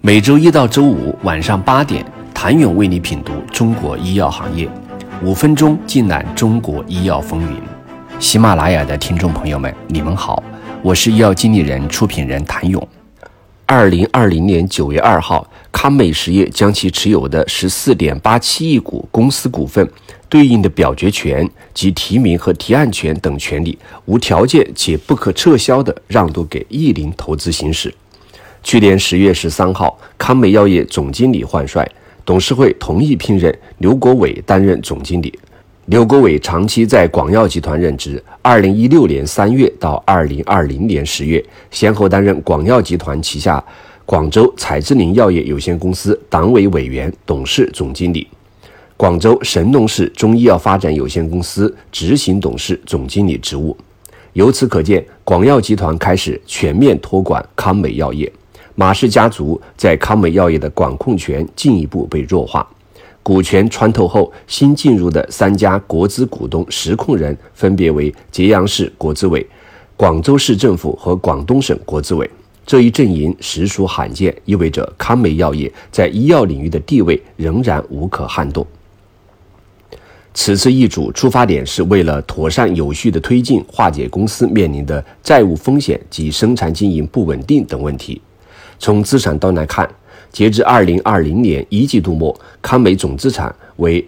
每周一到周五晚上8点，谭勇为你品读中国医药行业，5分钟尽览中国医药风云。喜马拉雅的听众朋友们，你们好，我是医药经理人、出品人谭勇。2020年9月2号，康美实业将其持有的14.87亿股公司股份对应的表决权及提名和提案权等权利，无条件且不可撤销地让渡给亿麟投资行使。去年10月13号，康美药业总经理换帅，董事会同意聘任刘国伟担任总经理。刘国伟长期在广药集团任职，2016年3月到2020年10月，先后担任广药集团旗下广州彩之灵药业有限公司党委委员、董事总经理，广州神农氏中医药发展有限公司执行董事总经理职务。由此可见，广药集团开始全面托管康美药业，马氏家族在康美药业的管控权进一步被弱化。股权穿透后，新进入的3家国资股东实控人分别为揭阳市国资委、广州市政府和广东省国资委。这一阵营实属罕见，意味着康美药业在医药领域的地位仍然无可撼动。此次易主出发点是为了妥善有序地推进化解公司面临的债务风险及生产经营不稳定等问题。从资产端来看，截至2020年1季度末，康美总资产为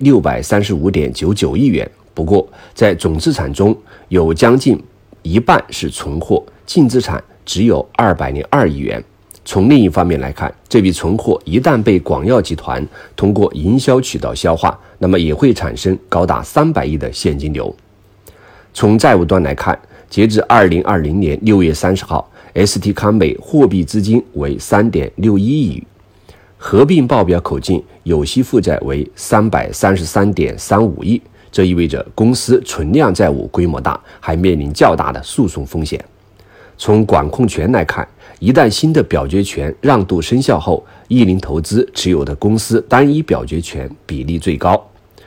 635.99亿元。不过，在总资产中有将近一半是存货，净资产只有202亿元。从另一方面来看，这笔存货一旦被广药集团通过营销渠道消化，那么也会产生高达300亿的现金流。从债务端来看，截至2020年6月30号，ST 康美货币资金为3.61亿元，合并报表口径有息负债为333.35亿，这意味着公司存量债务规模大，还面临较大的诉讼风险。从管控权来看，一旦新的表决权让渡生效后，亿麟投资持有的公司单一表决权比例最高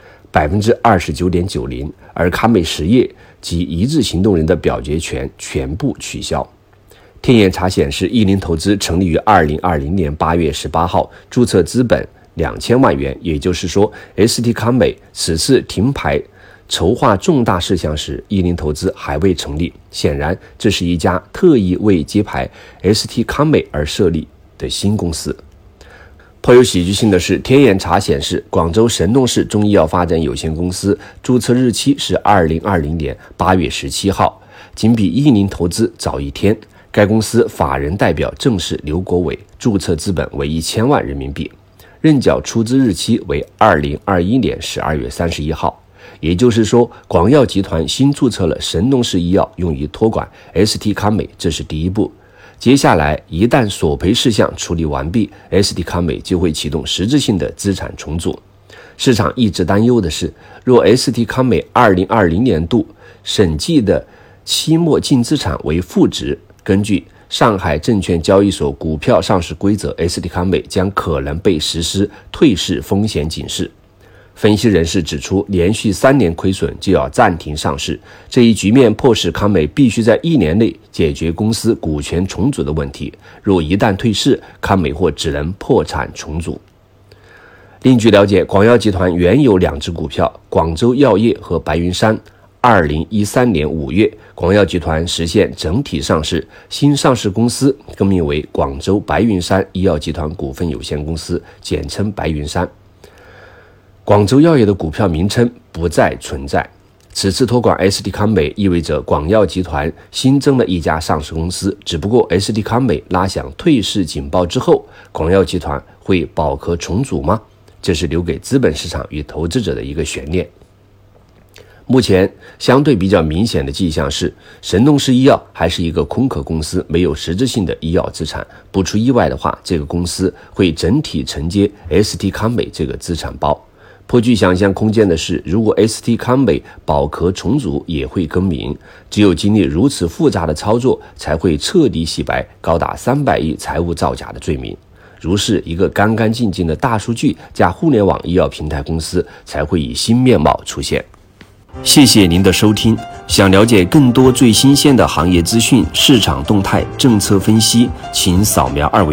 29.90%， 而康美实业及一致行动人的表决权全部取消。天眼查显示，亿麟投资成立于2020年8月18号，注册资本2000万元，也就是说 ST 康美此次停牌筹划重大事项时，亿麟投资还未成立，显然这是一家特意为接牌 ST 康美而设立的新公司。颇有喜剧性的是，天眼查显示，广州神农氏中医药发展有限公司注册日期是2020年8月17号，仅比亿麟投资早一天。该公司法人代表正是刘国伟，注册资本为1000万人民币，认缴出资日期为2021年12月31号。也就是说，广药集团新注册了神农氏医药用于托管 ST 康美，这是第一步。接下来一旦索赔事项处理完毕， ST 康美就会启动实质性的资产重组。市场一直担忧的是，若 ST 康美2020年度审计的期末净资产为负值，根据上海证券交易所股票上市规则， ST 康美将可能被实施退市风险警示。分析人士指出，连续3年亏损就要暂停上市，这一局面迫使康美必须在1年内解决公司股权重组的问题，若一旦退市，康美或只能破产重组。另据了解，广药集团原有2只股票，广州药业和白云山。2013年5月，广药集团实现整体上市，新上市公司更名为广州白云山医药集团股份有限公司，简称白云山。广州药业的股票名称不再存在。此次托管 ST 康美意味着广药集团新增了一家上市公司，只不过 ST 康美拉响退市警报之后，广药集团会保壳重组吗？这是留给资本市场与投资者的一个悬念。目前相对比较明显的迹象是，神农氏医药还是一个空壳公司，没有实质性的医药资产。不出意外的话，这个公司会整体承接 ST 康美这个资产包。颇具想象空间的是，如果 ST 康美保壳重组也会更名，只有经历如此复杂的操作，才会彻底洗白高达300亿财务造假的罪名。如是一个干干净净的大数据加互联网医药平台公司才会以新面貌出现。谢谢您的收听，想了解更多最新鲜的行业资讯、市场动态、政策分析，请扫描2维码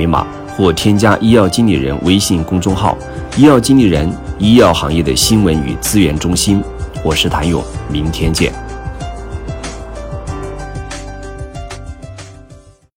或添加医药经理人微信公众号“医药经理人”，医药行业的新闻与资源中心。我是谭勇，明天见。